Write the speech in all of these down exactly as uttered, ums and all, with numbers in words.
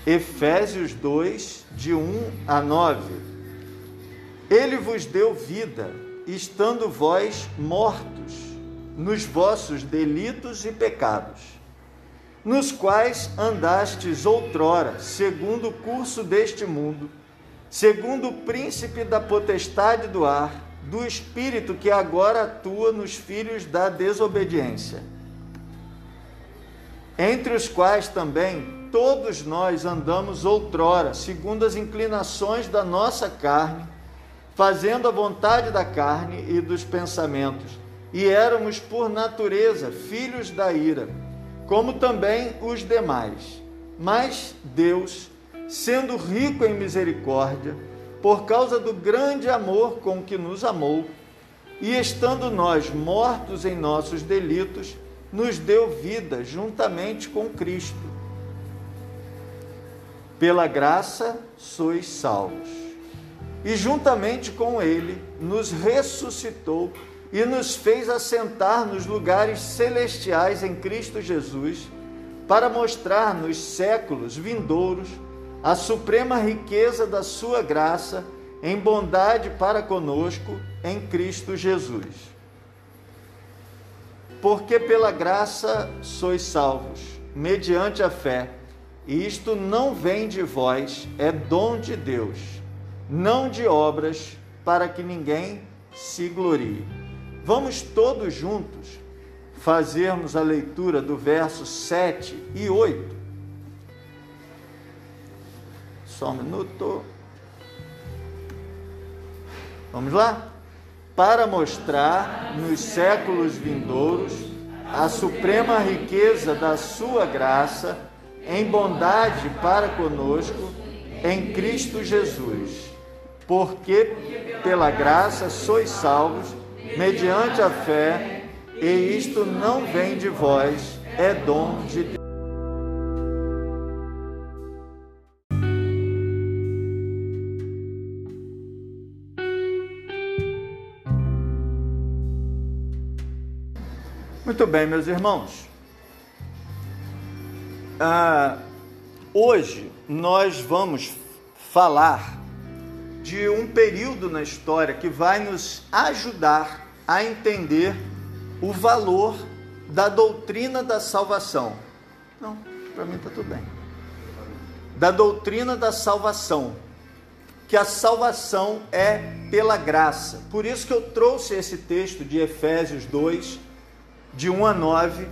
Efésios dois, de um a nove. Ele vos deu vida, estando vós mortos nos vossos delitos e pecados, nos quais andastes outrora, segundo o curso deste mundo, segundo o príncipe da potestade do ar, do espírito que agora atua nos filhos da desobediência, entre os quais também todos nós andamos outrora, segundo as inclinações da nossa carne, fazendo a vontade da carne e dos pensamentos, e éramos por natureza filhos da ira, como também os demais. Mas Deus, sendo rico em misericórdia, por causa do grande amor com que nos amou, e estando nós mortos em nossos delitos, nos deu vida juntamente com Cristo. Pela graça sois salvos. E juntamente com Ele nos ressuscitou e nos fez assentar nos lugares celestiais em Cristo Jesus, para mostrar nos séculos vindouros a suprema riqueza da sua graça em bondade para conosco em Cristo Jesus. Porque pela graça sois salvos, mediante a fé, e isto não vem de vós, é dom de Deus, não de obras, para que ninguém se glorie. Vamos todos juntos fazermos a leitura do verso sete e oito. Só um minuto. Vamos lá? Para mostrar nos séculos vindouros a suprema riqueza da sua graça em bondade para conosco em Cristo Jesus. Porque pela graça sois salvos, mediante a fé, e isto não vem de vós, é dom de Deus. Muito bem, meus irmãos. Ah, hoje nós vamos falar de um período na história que vai nos ajudar a entender o valor da doutrina da salvação. Não, para mim está tudo bem. Da doutrina da salvação, que a salvação é pela graça. Por isso que eu trouxe esse texto de Efésios dois, de um a nove,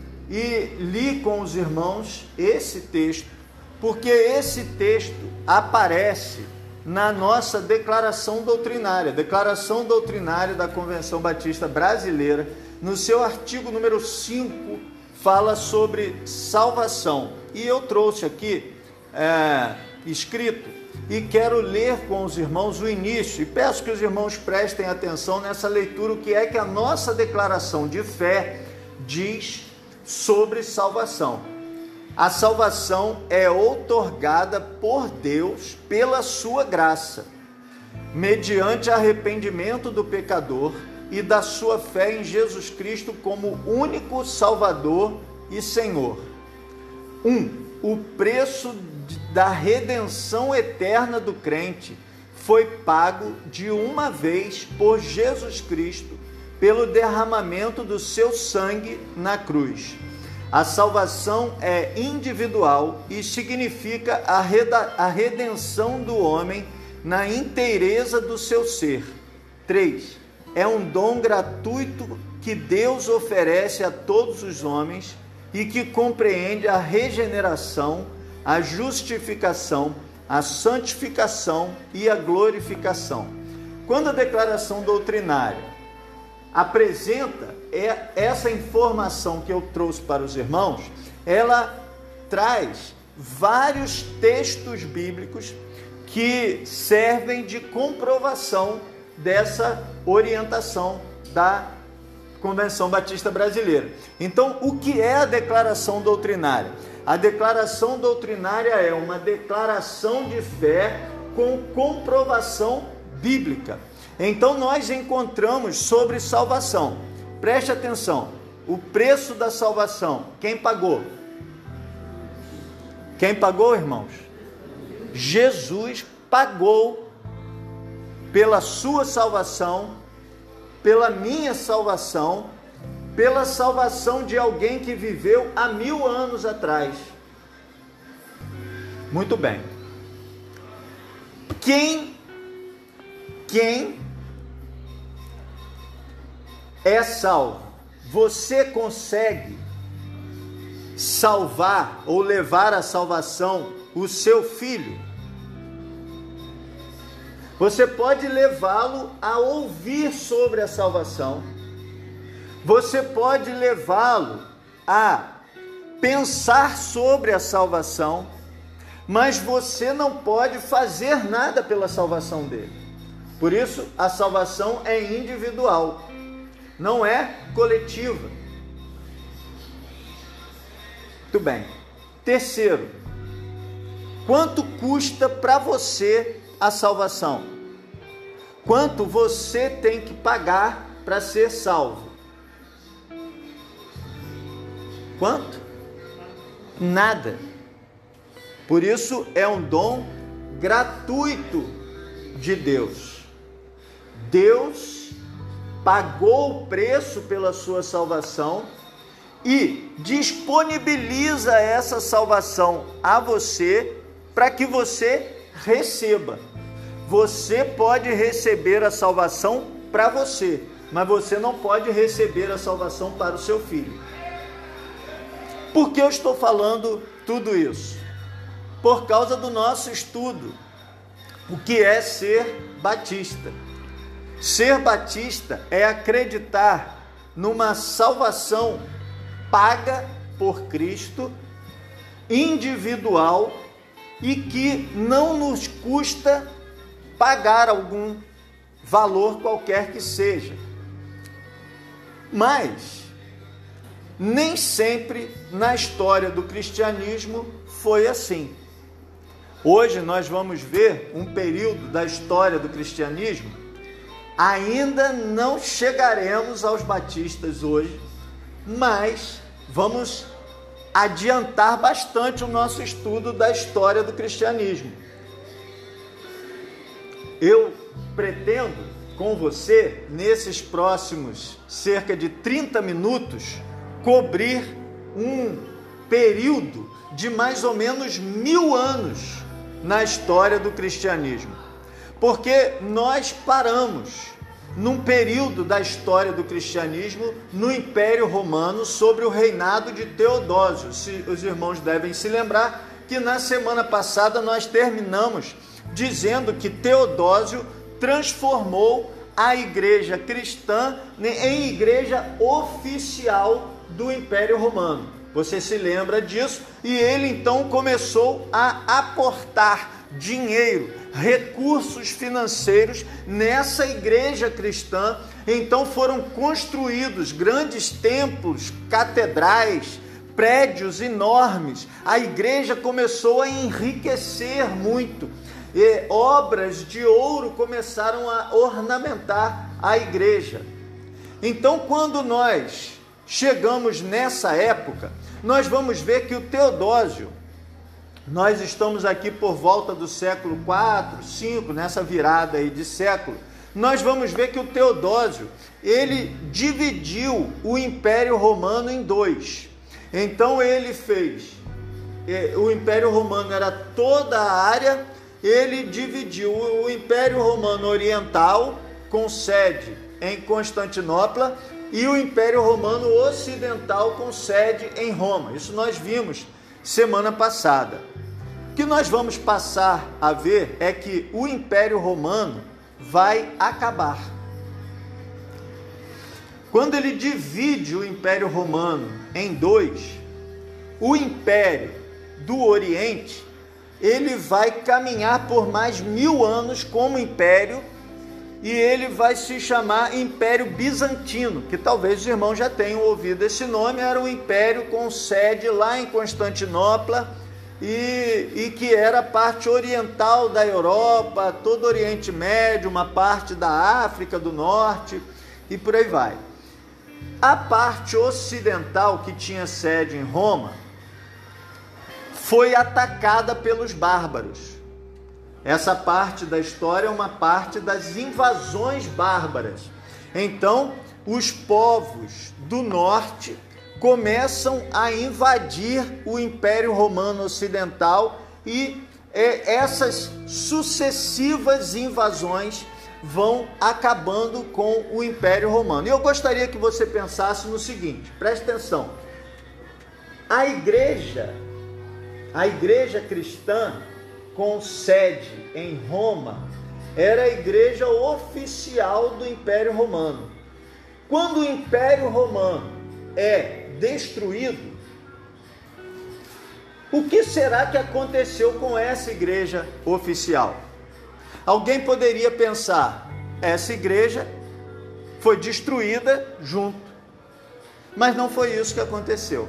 e li com os irmãos esse texto, porque esse texto aparece na nossa declaração doutrinária, declaração doutrinária da Convenção Batista Brasileira, no seu artigo número cinco, fala sobre salvação. E eu trouxe aqui é, escrito, e quero ler com os irmãos o início, e peço que os irmãos prestem atenção nessa leitura, o que é que a nossa declaração de fé diz sobre salvação. A salvação é outorgada por Deus pela sua graça, mediante arrependimento do pecador e da sua fé em Jesus Cristo como único Salvador e Senhor. Um, o preço da redenção eterna do crente foi pago de uma vez por Jesus Cristo pelo derramamento do seu sangue na cruz. A salvação é individual e significa a, reda- a redenção do homem na inteireza do seu ser. três. É um dom gratuito que Deus oferece a todos os homens e que compreende a regeneração, a justificação, a santificação e a glorificação. Quando a declaração doutrinária apresenta essa informação que eu trouxe para os irmãos, ela traz vários textos bíblicos que servem de comprovação dessa orientação da Convenção Batista Brasileira. Então, o que é a declaração doutrinária? A declaração doutrinária é uma declaração de fé com comprovação bíblica. Então, nós encontramos sobre salvação. Preste atenção. O preço da salvação, quem pagou? Quem pagou, irmãos? Jesus pagou pela sua salvação, pela minha salvação, pela salvação de alguém que viveu há mil anos atrás. Muito bem. Quem, quem é salvo? Você consegue salvar ou levar à salvação o seu filho? Você pode levá-lo a ouvir sobre a salvação. Você pode levá-lo a pensar sobre a salvação, mas você não pode fazer nada pela salvação dele. Por isso, a salvação é individual, não é coletiva. Muito bem. Terceiro, quanto custa para você a salvação? Quanto você tem que pagar para ser salvo? Quanto? Nada. Por isso é um dom gratuito de Deus. Deus pagou o preço pela sua salvação e disponibiliza essa salvação a você para que você receba. Você pode receber a salvação para você, mas você não pode receber a salvação para o seu filho. Por que eu estou falando tudo isso? Por causa do nosso estudo. O que é ser batista? Ser batista é acreditar numa salvação paga por Cristo, individual, e que não nos custa pagar algum valor qualquer que seja. Mas nem sempre na história do cristianismo foi assim. Hoje nós vamos ver um período da história do cristianismo. Ainda não chegaremos aos batistas hoje, mas vamos adiantar bastante o nosso estudo da história do cristianismo. Eu pretendo com você, nesses próximos cerca de trinta minutos, cobrir um período de mais ou menos mil anos na história do cristianismo. Porque nós paramos num período da história do cristianismo no Império Romano, sobre o reinado de Teodósio. Se, os irmãos devem se lembrar que na semana passada nós terminamos dizendo que Teodósio transformou a igreja cristã em igreja oficial do Império Romano. Você se lembra disso? E ele então começou a aportar dinheiro, recursos financeiros nessa igreja cristã. Então foram construídos grandes templos, catedrais, prédios enormes. A igreja começou a enriquecer muito. E obras de ouro começaram a ornamentar a igreja. Então, quando nós chegamos nessa época, nós vamos ver que o Teodósio, nós estamos aqui por volta do século quatro, cinco, nessa virada aí de século, nós vamos ver que o Teodósio, ele dividiu o Império Romano em dois. Então ele fez, o Império Romano era toda a área, ele dividiu o Império Romano Oriental, com sede em Constantinopla, e o Império Romano Ocidental, com sede em Roma. Isso nós vimos semana passada. O que nós vamos passar a ver é que o Império Romano vai acabar. Quando ele divide o Império Romano em dois, o Império do Oriente, ele vai caminhar por mais mil anos como império, e ele vai se chamar Império Bizantino, que talvez os irmãos já tenham ouvido esse nome. Era um império com sede lá em Constantinopla, e, e que era a parte oriental da Europa, todo o Oriente Médio, uma parte da África do Norte, e por aí vai. A parte ocidental, que tinha sede em Roma, foi atacada pelos bárbaros. Essa parte da história é uma parte das invasões bárbaras. Então, os povos do norte começam a invadir o Império Romano Ocidental e é, essas sucessivas invasões vão acabando com o Império Romano. E eu gostaria que você pensasse no seguinte, preste atenção. A igreja, a igreja cristã com sede em Roma, era a igreja oficial do Império Romano. Quando o Império Romano é destruído, o que será que aconteceu com essa igreja oficial? Alguém poderia pensar, essa igreja foi destruída junto, mas não foi isso que aconteceu.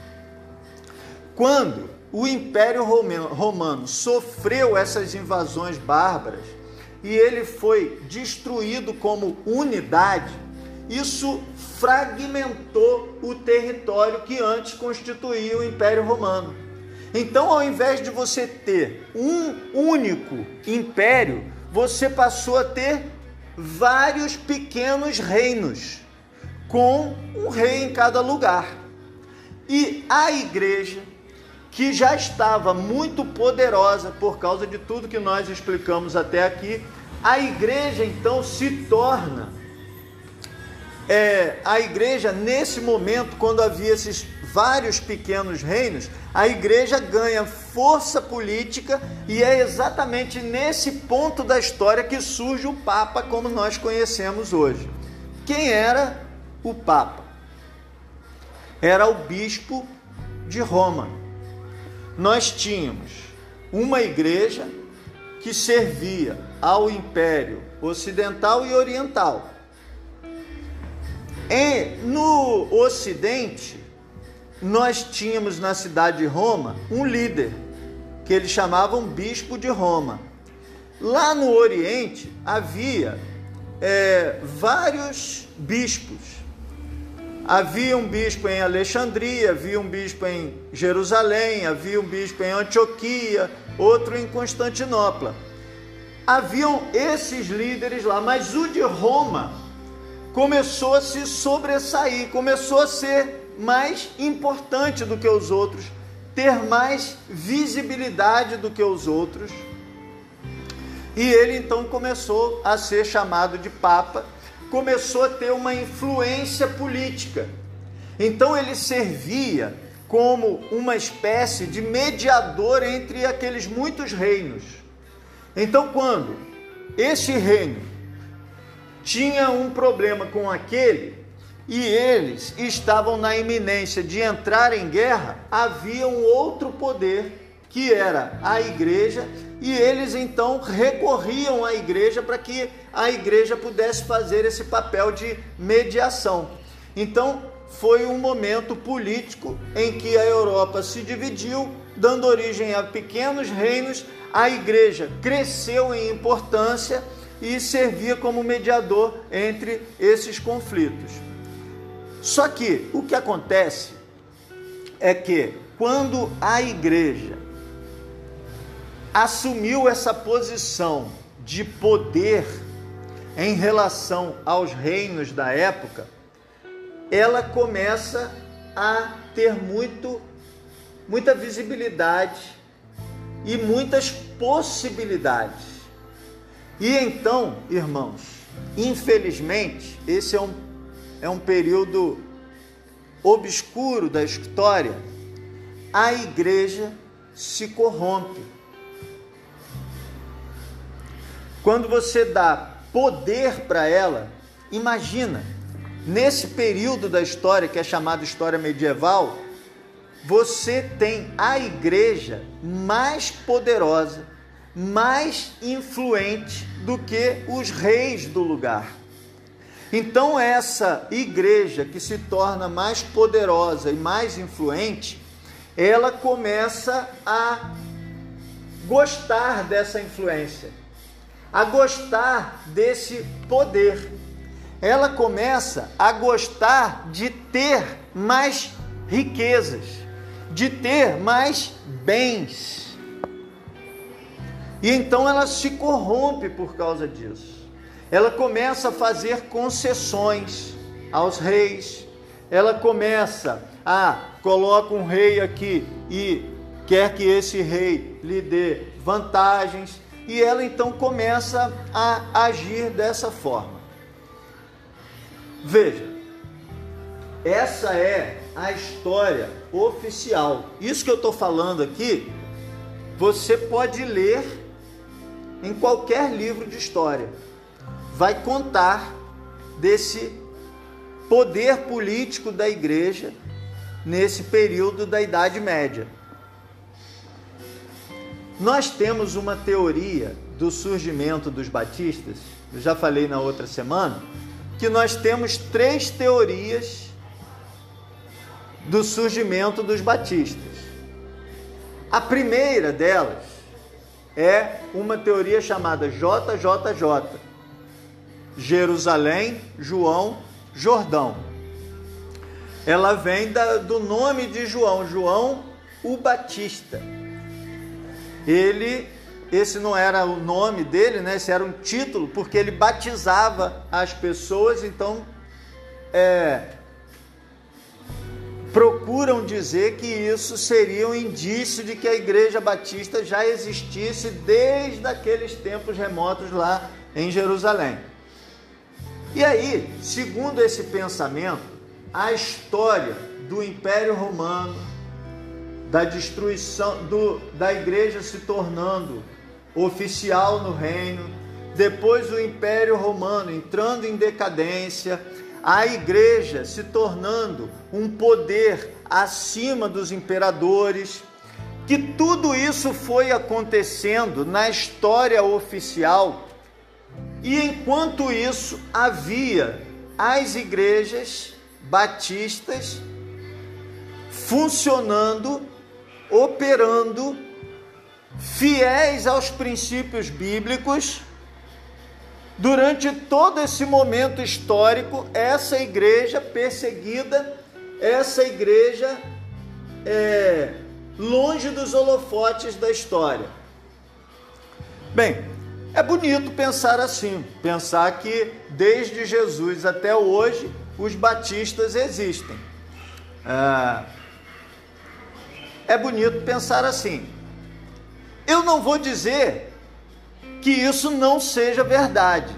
Quando o Império Romano sofreu essas invasões bárbaras e ele foi destruído como unidade, isso fragmentou o território que antes constituía o Império Romano. Então, ao invés de você ter um único império, você passou a ter vários pequenos reinos, com um rei em cada lugar. E a igreja, que já estava muito poderosa por causa de tudo que nós explicamos até aqui, a igreja então se torna, é, a igreja nesse momento, quando havia esses vários pequenos reinos, a igreja ganha força política e é exatamente nesse ponto da história que surge o Papa como nós conhecemos hoje. Quem era o Papa? Era o bispo de Roma. Nós tínhamos uma igreja que servia ao Império Ocidental e Oriental. E no Ocidente, nós tínhamos na cidade de Roma um líder, que eles chamavam Bispo de Roma. Lá no Oriente havia é, vários bispos. Havia um bispo em Alexandria, havia um bispo em Jerusalém, havia um bispo em Antioquia, outro em Constantinopla. Haviam esses líderes lá, mas o de Roma começou a se sobressair, começou a ser mais importante do que os outros, ter mais visibilidade do que os outros. E ele então começou a ser chamado de Papa, começou a ter uma influência política. Então ele servia como uma espécie de mediador entre aqueles muitos reinos. Então, quando esse reino tinha um problema com aquele e eles estavam na iminência de entrar em guerra, havia um outro poder que era a igreja, e eles então recorriam à igreja para que a igreja pudesse fazer esse papel de mediação. Então foi um momento político em que a Europa se dividiu, dando origem a pequenos reinos. A igreja cresceu em importância e servia como mediador entre esses conflitos. Só que o que acontece é que quando a igreja assumiu essa posição de poder em relação aos reinos da época, ela começa a ter muito, muita visibilidade e muitas possibilidades. E então, irmãos, infelizmente, esse é um, é um período obscuro da história, a igreja se corrompe. Quando você dá poder para ela, imagina, nesse período da história, que é chamado história medieval, você tem a igreja mais poderosa, mais influente do que os reis do lugar. Então essa igreja que se torna mais poderosa e mais influente, ela começa a gostar dessa influência, a gostar desse poder. Ela começa a gostar de ter mais riquezas, de ter mais bens. E então ela se corrompe por causa disso. Ela começa a fazer concessões aos reis. Ela começa a coloca um rei aqui e quer que esse rei lhe dê vantagens. E ela então começa a agir dessa forma. Veja, essa é a história oficial. Isso que eu estou falando aqui, você pode ler em qualquer livro de história. Vai contar desse poder político da igreja nesse período da Idade Média. Nós temos uma teoria do surgimento dos batistas, eu já falei na outra semana, que nós temos três teorias do surgimento dos batistas. A primeira delas é uma teoria chamada J J J, Jerusalém, João, Jordão. Ela vem da, do nome de João, João o Batista. Ele, esse não era o nome dele, né? Esse era um título, porque ele batizava as pessoas, então é, procuram dizer que isso seria um indício de que a Igreja Batista já existisse desde aqueles tempos remotos lá em Jerusalém. E aí, segundo esse pensamento, a história do Império Romano, da destruição do, da igreja se tornando oficial no reino, depois o Império Romano entrando em decadência, a igreja se tornando um poder acima dos imperadores, que tudo isso foi acontecendo na história oficial, e enquanto isso havia as igrejas batistas funcionando, operando, fiéis aos princípios bíblicos. Durante todo esse momento histórico, essa igreja perseguida, essa igreja é, longe dos holofotes da história. Bem, é bonito pensar assim, pensar que desde Jesus até hoje os batistas existem. É, é bonito pensar assim. Eu não vou dizer que isso não seja verdade,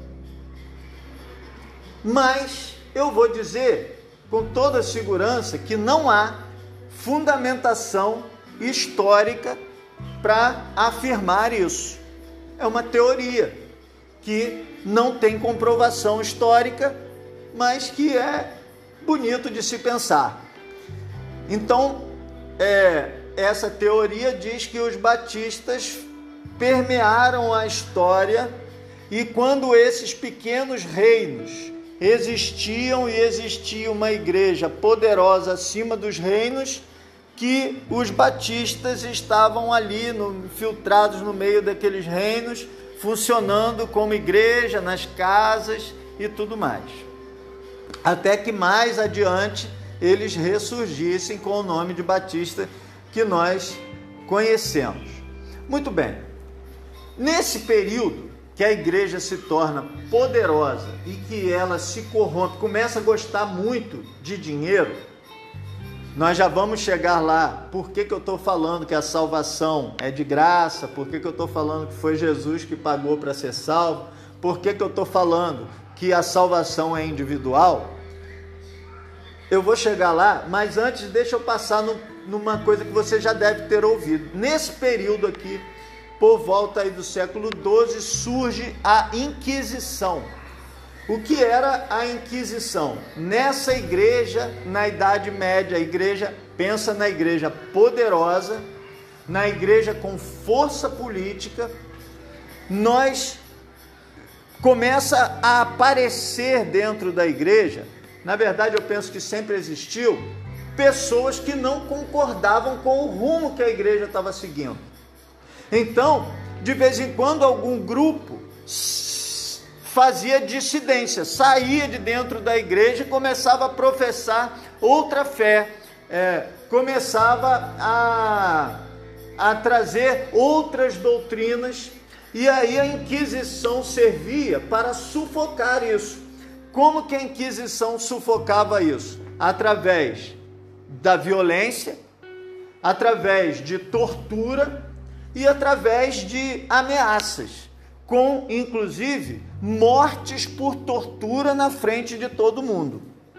mas eu vou dizer com toda segurança que não há fundamentação histórica para afirmar isso. É uma teoria que não tem comprovação histórica, mas que é bonito de se pensar. Então, é, essa teoria diz que os batistas permearam a história, e quando esses pequenos reinos existiam e existia uma igreja poderosa acima dos reinos, que os batistas estavam ali no, filtrados no meio daqueles reinos, funcionando como igreja nas casas e tudo mais. Até que mais adiante eles ressurgissem com o nome de Batista que nós conhecemos. Muito bem, nesse período que a igreja se torna poderosa e que ela se corrompe, começa a gostar muito de dinheiro, nós já vamos chegar lá. Por que que eu estou falando que a salvação é de graça? Por que que eu estou falando que foi Jesus que pagou para ser salvo? Por que que eu estou falando que a salvação é individual? Eu vou chegar lá, mas antes deixa eu passar no, numa coisa que você já deve ter ouvido. Nesse período aqui, por volta aí do século doze, surge a Inquisição. O que era a Inquisição? Nessa igreja, na Idade Média, a igreja, pensa na igreja poderosa, na igreja com força política, nós começa a aparecer dentro da igreja, na verdade eu penso que sempre existiu, pessoas que não concordavam com o rumo que a igreja estava seguindo. Então, de vez em quando, algum grupo fazia dissidência, saía de dentro da igreja e começava a professar outra fé, é, começava a a trazer outras doutrinas, e aí a Inquisição servia para sufocar isso. Como que a Inquisição sufocava isso? Através da violência, através de tortura e através de ameaças, com inclusive mortes por tortura na frente de todo mundo.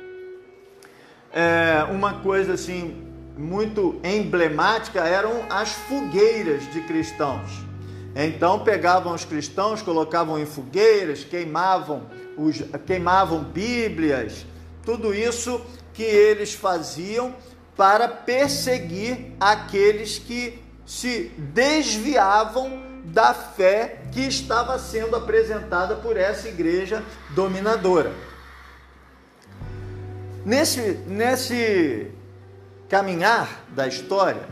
É, uma coisa assim muito emblemática eram as fogueiras de cristãos. Então pegavam os cristãos, colocavam em fogueiras, queimavam, os, queimavam Bíblias, tudo isso que eles faziam para perseguir aqueles que se desviavam da fé que estava sendo apresentada por essa igreja dominadora. Nesse, nesse caminhar da história,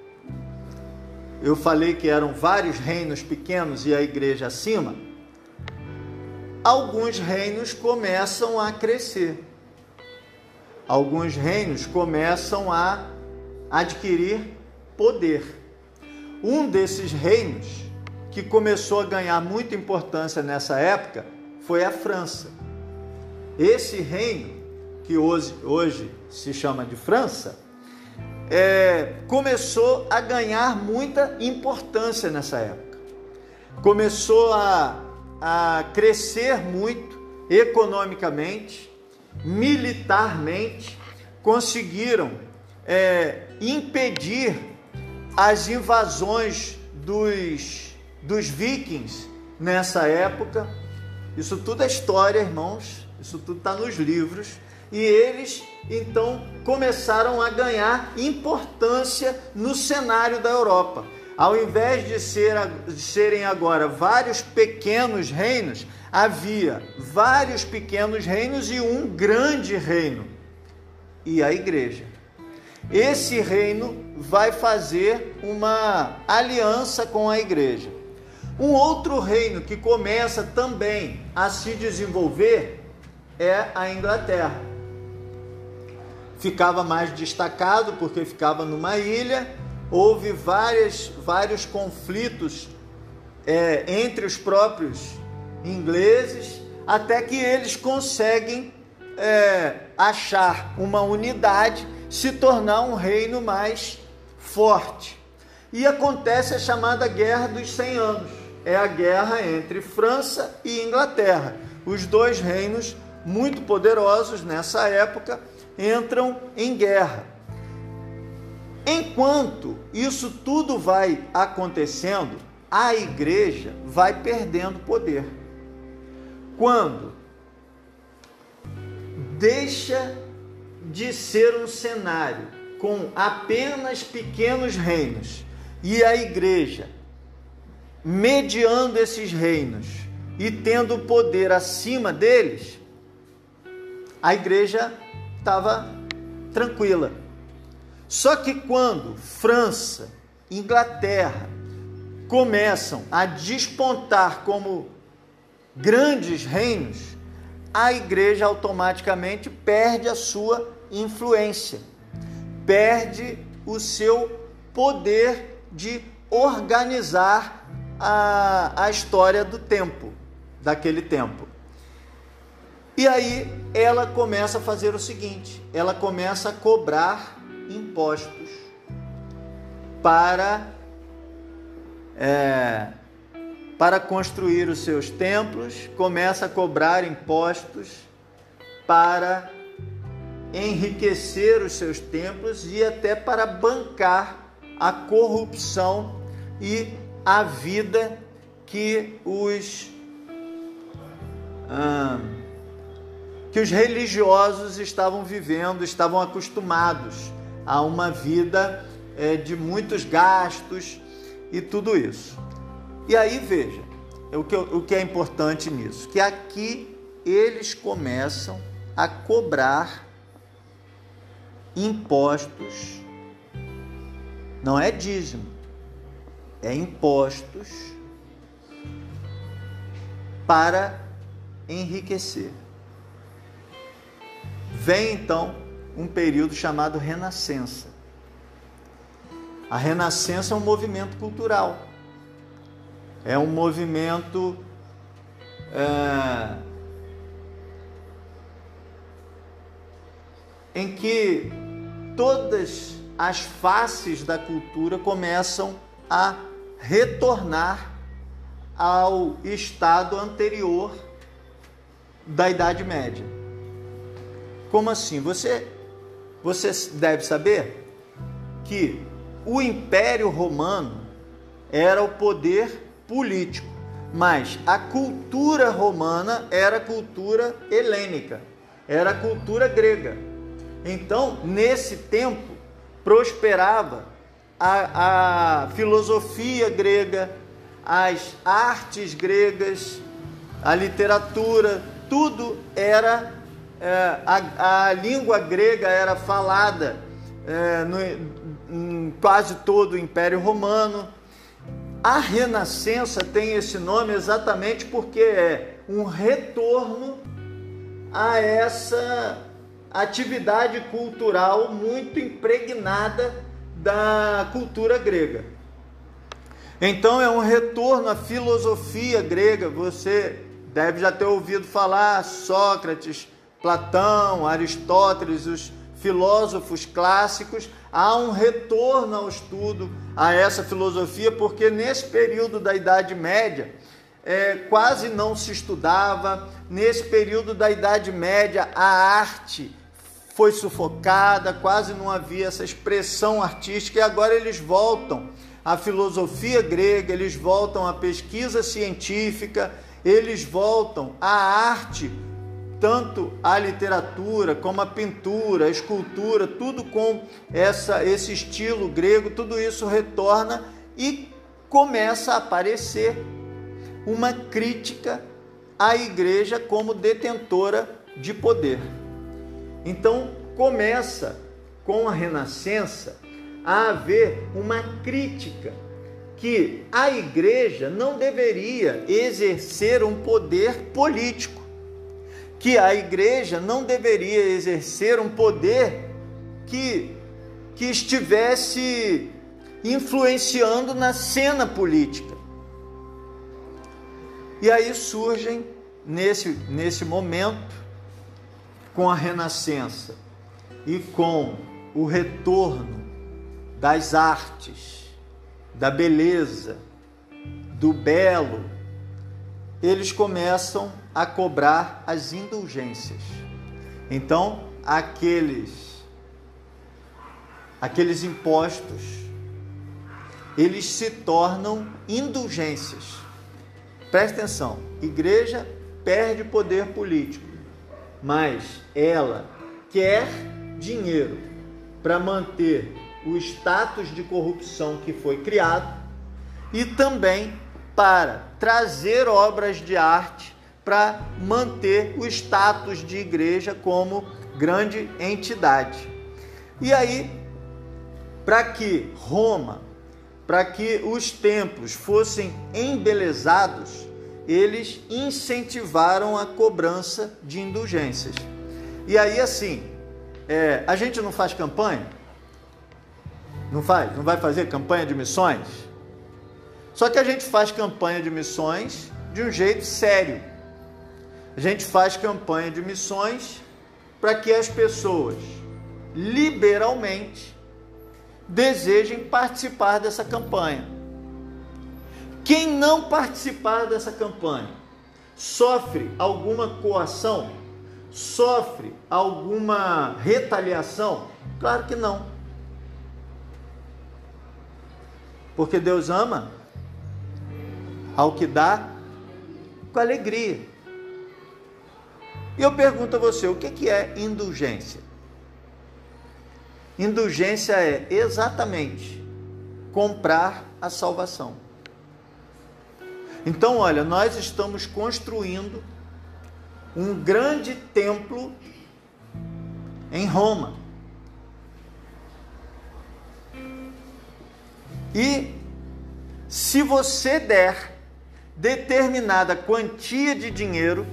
eu falei que eram vários reinos pequenos e a igreja acima. Alguns reinos começam a crescer. Alguns reinos começam a adquirir poder. Um desses reinos que começou a ganhar muita importância nessa época foi a França. Esse reino, que hoje, hoje se chama de França, é, começou a ganhar muita importância nessa época. Começou a, a crescer muito economicamente, militarmente, conseguiram é, impedir as invasões dos, dos vikings nessa época. Isso tudo é história, irmãos, isso tudo está nos livros. E eles, então, começaram a ganhar importância no cenário da Europa. Ao invés de, ser, de serem agora vários pequenos reinos, havia vários pequenos reinos e um grande reino, e a igreja. Esse reino vai fazer uma aliança com a igreja. Um outro reino que começa também a se desenvolver é a Inglaterra. Ficava mais destacado porque ficava numa ilha, houve várias, vários conflitos é, entre os próprios ingleses, até que eles conseguem é, achar uma unidade, se tornar um reino mais forte. E acontece a chamada Guerra dos cem anos. É a guerra entre França e Inglaterra. Os dois reinos muito poderosos nessa época entram em guerra. Enquanto isso tudo vai acontecendo, a igreja vai perdendo poder. Quando deixa de ser um cenário com apenas pequenos reinos e a igreja mediando esses reinos e tendo poder acima deles, a igreja estava tranquila. Só que quando França, Inglaterra começam a despontar como grandes reinos, a igreja automaticamente perde a sua influência, perde o seu poder de organizar a, a história do tempo, daquele tempo. E aí ela começa a fazer o seguinte, ela começa a cobrar impostos para, é, para construir os seus templos, começa a cobrar impostos para enriquecer os seus templos e até para bancar a corrupção e a vida que os... Ah, que os religiosos estavam vivendo, estavam acostumados a uma vida é, de muitos gastos e tudo isso. E aí, veja, o que, o que é importante nisso, que aqui eles começam a cobrar impostos, não é dízimo, é impostos para enriquecer. Vem então um período chamado Renascença. A Renascença é um movimento cultural. É um movimento é, em que todas as faces da cultura começam a retornar ao estado anterior da Idade Média. Como assim? Você, você deve saber que o Império Romano era o poder político, mas a cultura romana era a cultura helênica, era a cultura grega. Então, nesse tempo, prosperava a, a filosofia grega, as artes gregas, a literatura, tudo era, é, a, a língua grega era falada é, no, em quase todo o Império Romano. A Renascença tem esse nome exatamente porque é um retorno a essa atividade cultural muito impregnada da cultura grega. Então é um retorno à filosofia grega. Você deve já ter ouvido falar Sócrates, Platão, Aristóteles, os filósofos clássicos. Há um retorno ao estudo a essa filosofia, porque nesse período da Idade Média é, quase não se estudava. Nesse período da Idade Média a arte foi sufocada, quase não havia essa expressão artística, e agora eles voltam à filosofia grega, eles voltam à pesquisa científica, eles voltam à arte, tanto a literatura como a pintura, a escultura, tudo com essa, esse estilo grego, tudo isso retorna e começa a aparecer uma crítica à igreja como detentora de poder. Então começa com a Renascença a haver uma crítica que a igreja não deveria exercer um poder político, que a igreja não deveria exercer um poder que, que estivesse influenciando na cena política. E aí surgem, nesse, nesse momento, com a Renascença e com o retorno das artes, da beleza, do belo, eles começam a cobrar as indulgências. Então, aqueles, aqueles impostos, eles se tornam indulgências. Presta atenção, igreja perde poder político, mas ela quer dinheiro para manter o status de corrupção que foi criado e também para trazer obras de arte para manter o status de igreja como grande entidade. E aí, para que Roma, para que os templos fossem embelezados, eles incentivaram a cobrança de indulgências. E aí, assim, é, a gente não faz campanha? Não faz? Não vai fazer campanha de missões? Só que a gente faz campanha de missões de um jeito sério. A gente faz campanha de missões para que as pessoas, liberalmente, desejem participar dessa campanha. Quem não participar dessa campanha sofre alguma coação? Sofre alguma retaliação? Claro que não. Porque Deus ama ao que dá com alegria. E eu pergunto a você, o que é indulgência? Indulgência é exatamente comprar a salvação. Então, olha, nós estamos construindo um grande templo em Roma. E se você der determinada quantia de dinheiro,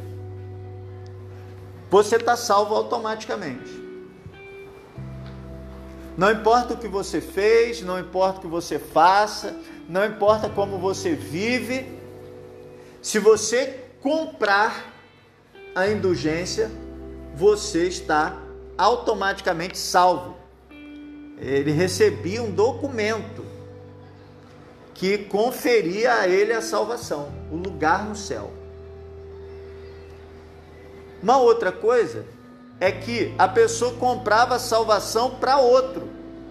você está salvo automaticamente. Não importa o que você fez, não importa o que você faça, não importa como você vive, se você comprar a indulgência, você está automaticamente salvo. Ele recebia um documento que conferia a ele a salvação, o lugar no céu. Uma outra coisa é que a pessoa comprava a salvação para outro.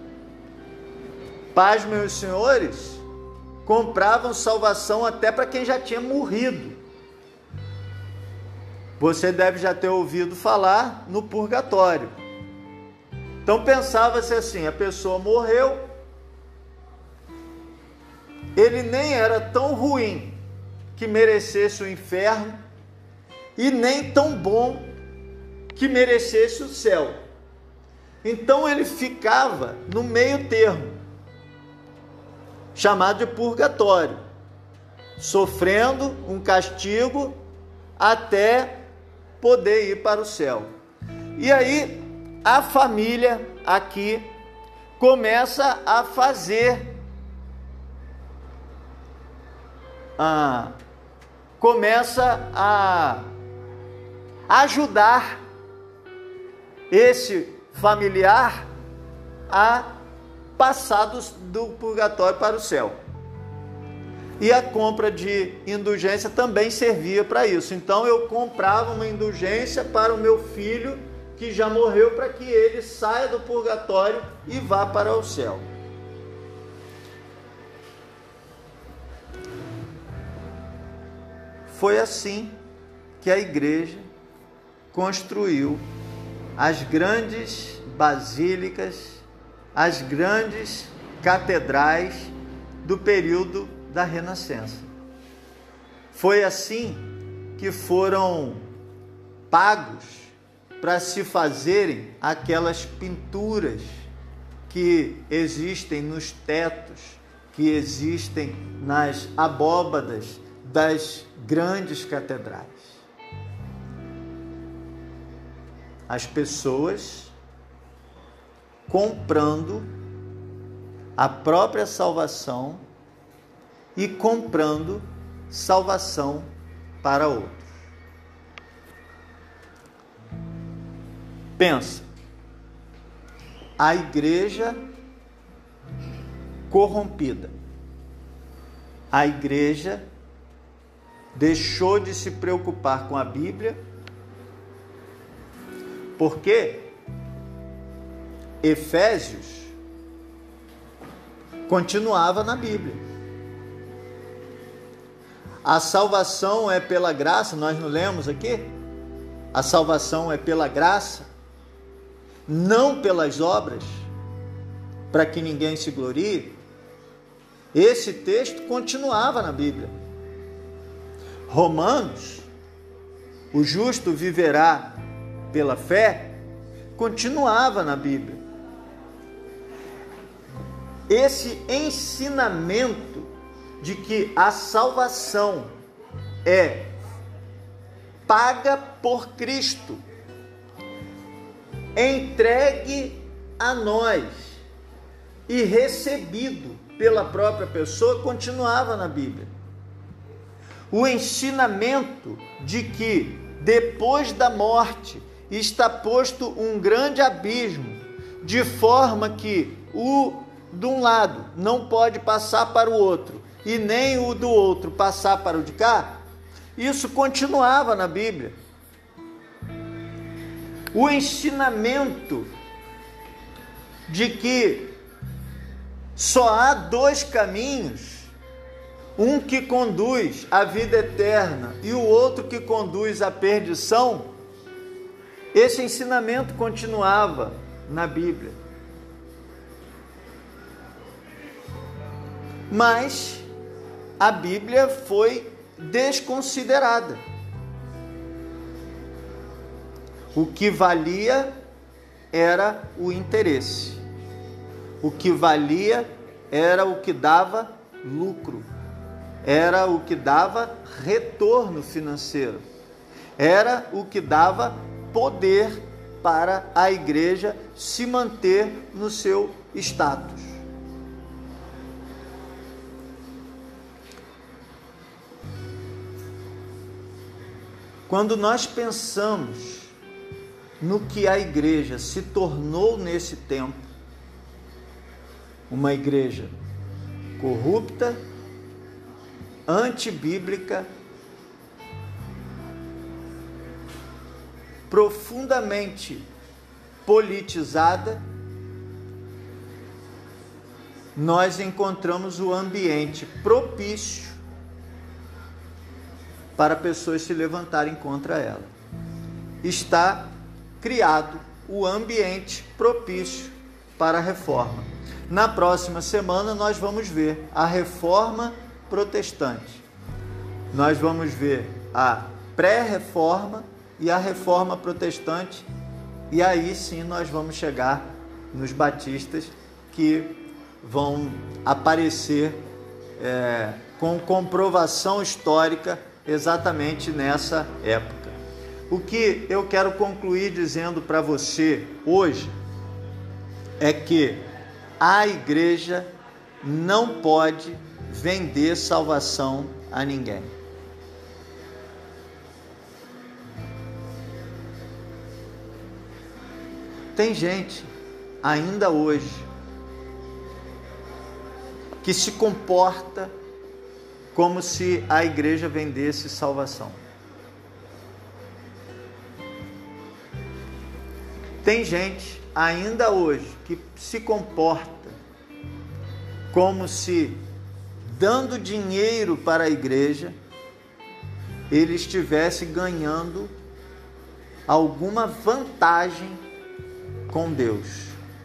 Pais, meus senhores, compravam salvação até para quem já tinha morrido. Você deve já ter ouvido falar no purgatório. Então pensava-se assim, a pessoa morreu, ele nem era tão ruim que merecesse o inferno e nem tão bom que merecesse o céu. Então ele ficava no meio termo, chamado de purgatório, sofrendo um castigo até poder ir para o céu. E aí a família aqui começa a fazer, ah, começa a ajudar esse familiar a passar do, do purgatório para o céu. E a compra de indulgência também servia para isso. Então eu comprava uma indulgência para o meu filho que já morreu, para que ele saia do purgatório e vá para o céu. Foi assim que a igreja construiu as grandes basílicas, as grandes catedrais do período da Renascença. Foi assim que foram pagos para se fazerem aquelas pinturas que existem nos tetos, que existem nas abóbadas das grandes catedrais. As pessoas comprando a própria salvação e comprando salvação para outros. Pensa, a igreja corrompida, a igreja deixou de se preocupar com a Bíblia, porque Efésios continuava na Bíblia. A salvação é pela graça, nós não lemos aqui? A salvação é pela graça, não pelas obras, para que ninguém se glorie. Esse texto continuava na Bíblia. Romanos, o justo viverá pela fé, continuava na Bíblia. Esse ensinamento de que a salvação é paga por Cristo, entregue a nós e recebido pela própria pessoa, continuava na Bíblia. O ensinamento de que depois da morte está posto um grande abismo, de forma que o de um lado não pode passar para o outro e nem o do outro passar para o de cá, isso continuava na Bíblia. O ensinamento de que só há dois caminhos, um que conduz à vida eterna e o outro que conduz à perdição, esse ensinamento continuava na Bíblia. Mas a Bíblia foi desconsiderada. O que valia era o interesse. O que valia era o que dava lucro. Era o que dava retorno financeiro. Era o que dava poder para a igreja se manter no seu status. Quando nós pensamos no que a igreja se tornou nesse tempo, uma igreja corrupta, antibíblica, profundamente politizada, nós encontramos o ambiente propício para pessoas se levantarem contra ela. Está criado o ambiente propício para a reforma. Na próxima semana nós vamos ver a reforma protestante. Nós vamos ver a pré-reforma e a reforma protestante, e aí sim nós vamos chegar nos batistas, que vão aparecer é, com comprovação histórica exatamente nessa época. O que eu quero concluir dizendo para você hoje é que a igreja não pode vender salvação a ninguém. Tem gente, ainda hoje, que se comporta como se a igreja vendesse salvação. Tem gente, ainda hoje, que se comporta como se, dando dinheiro para a igreja, ele estivesse ganhando alguma vantagem com Deus.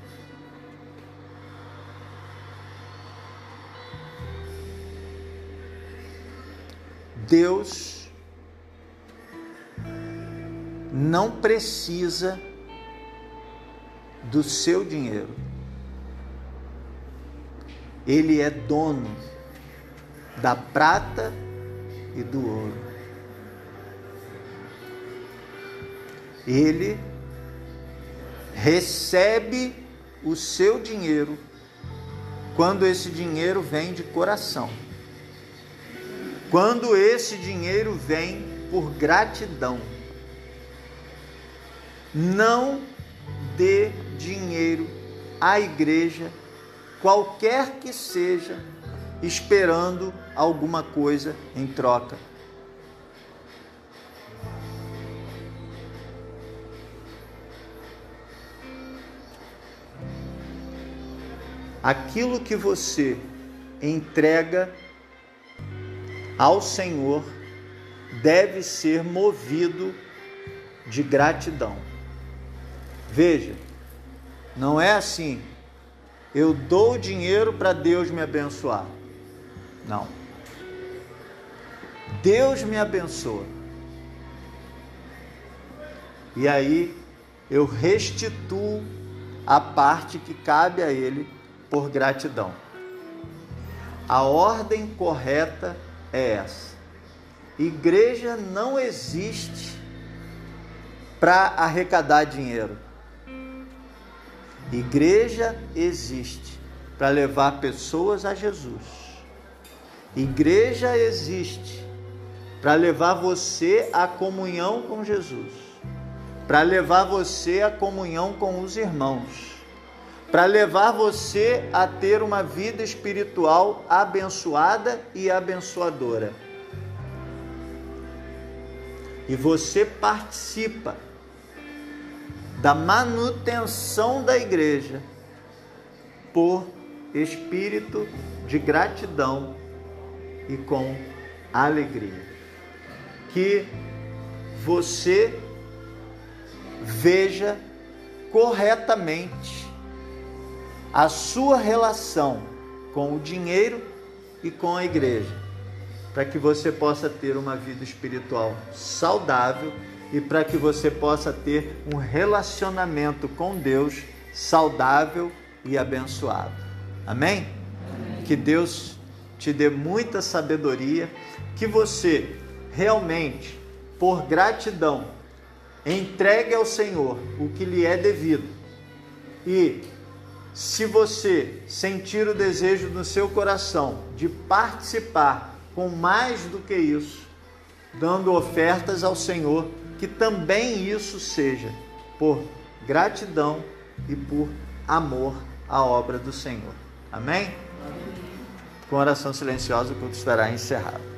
Deus não precisa do seu dinheiro. Ele é dono da prata e do ouro. Ele recebe o seu dinheiro quando esse dinheiro vem de coração. Quando esse dinheiro vem por gratidão. Não dê dinheiro à igreja, qualquer que seja, esperando alguma coisa em troca. Aquilo que você entrega ao Senhor deve ser movido de gratidão. Veja, não é assim, eu dou dinheiro para Deus me abençoar. Não. Deus me abençoa. E aí eu restituo a parte que cabe a Ele por gratidão. A ordem correta é essa. Igreja não existe para arrecadar dinheiro. Igreja existe para levar pessoas a Jesus. Igreja existe para levar você à comunhão com Jesus, para levar você à comunhão com os irmãos, para levar você a ter uma vida espiritual abençoada e abençoadora. E você participa da manutenção da igreja por espírito de gratidão e com alegria. Que você veja corretamente a sua relação com o dinheiro e com a igreja, para que você possa ter uma vida espiritual saudável e para que você possa ter um relacionamento com Deus saudável e abençoado. Amém? Amém. Que Deus te dê muita sabedoria, que você realmente, por gratidão, entregue ao Senhor o que lhe é devido. E se você sentir o desejo no seu coração de participar com mais do que isso, dando ofertas ao Senhor, que também isso seja por gratidão e por amor à obra do Senhor. Amém? Com oração silenciosa, o culto estará encerrado.